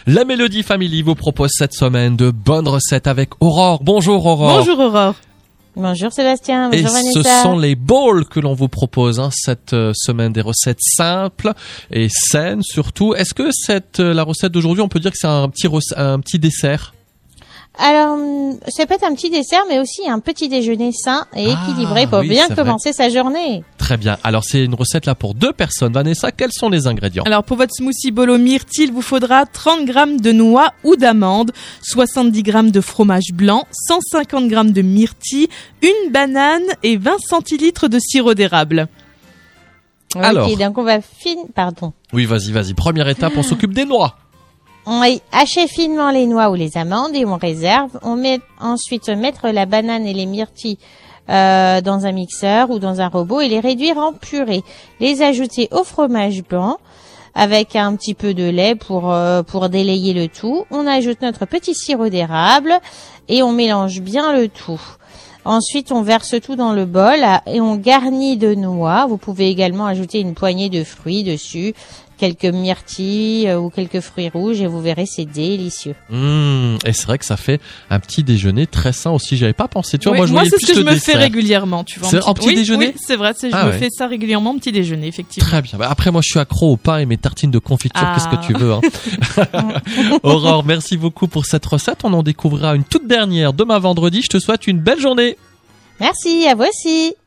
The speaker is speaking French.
La Mélodie Family vous propose cette semaine de bonnes recettes avec Aurore. Bonjour Aurore. Bonjour Aurore. Bonjour Sébastien, bonjour et Vanessa. Ce sont les bowls que l'on vous propose cette semaine, des recettes simples et saines surtout. Est-ce que la recette d'aujourd'hui, on peut dire que c'est un petit dessert? Alors, ça peut être un petit dessert, mais aussi un petit déjeuner sain et équilibré pour bien commencer sa journée. Très bien. Alors, c'est une recette là pour 2 personnes. Vanessa, quels sont les ingrédients? Alors, pour votre smoothie bol au myrtille, il vous faudra 30 grammes de noix ou d'amandes, 70 grammes de fromage blanc, 150 grammes de myrtille, une banane et 20 centilitres de sirop d'érable. Alors. Ok, donc on va Pardon. Oui, vas-y. Première étape, on s'occupe des noix. On hache finement les noix ou les amandes et on réserve. Ensuite mettre la banane et les myrtilles dans un mixeur ou dans un robot et les réduire en purée. Les ajouter au fromage blanc avec un petit peu de lait pour délayer le tout. On ajoute notre petit sirop d'érable et on mélange bien le tout. Ensuite, on verse tout dans le bol et on garnit de noix. Vous pouvez également ajouter une poignée de fruits dessus, quelques myrtilles ou quelques fruits rouges et vous verrez, c'est délicieux. Et c'est vrai que ça fait un petit déjeuner très sain aussi. J'avais pas pensé. Tu vois, oui, moi c'est ce que je me fais régulièrement. Tu vois, c'est en petit déjeuner. Oui, c'est vrai. Je me fais ça régulièrement en petit déjeuner, effectivement. Très bien. Après, moi, je suis accro au pain et mes tartines de confiture. Qu'est-ce que tu veux, hein? Aurore, merci beaucoup pour cette recette. On en découvrira une toute dernière demain vendredi. Je te souhaite une belle journée. Merci, à vous aussi.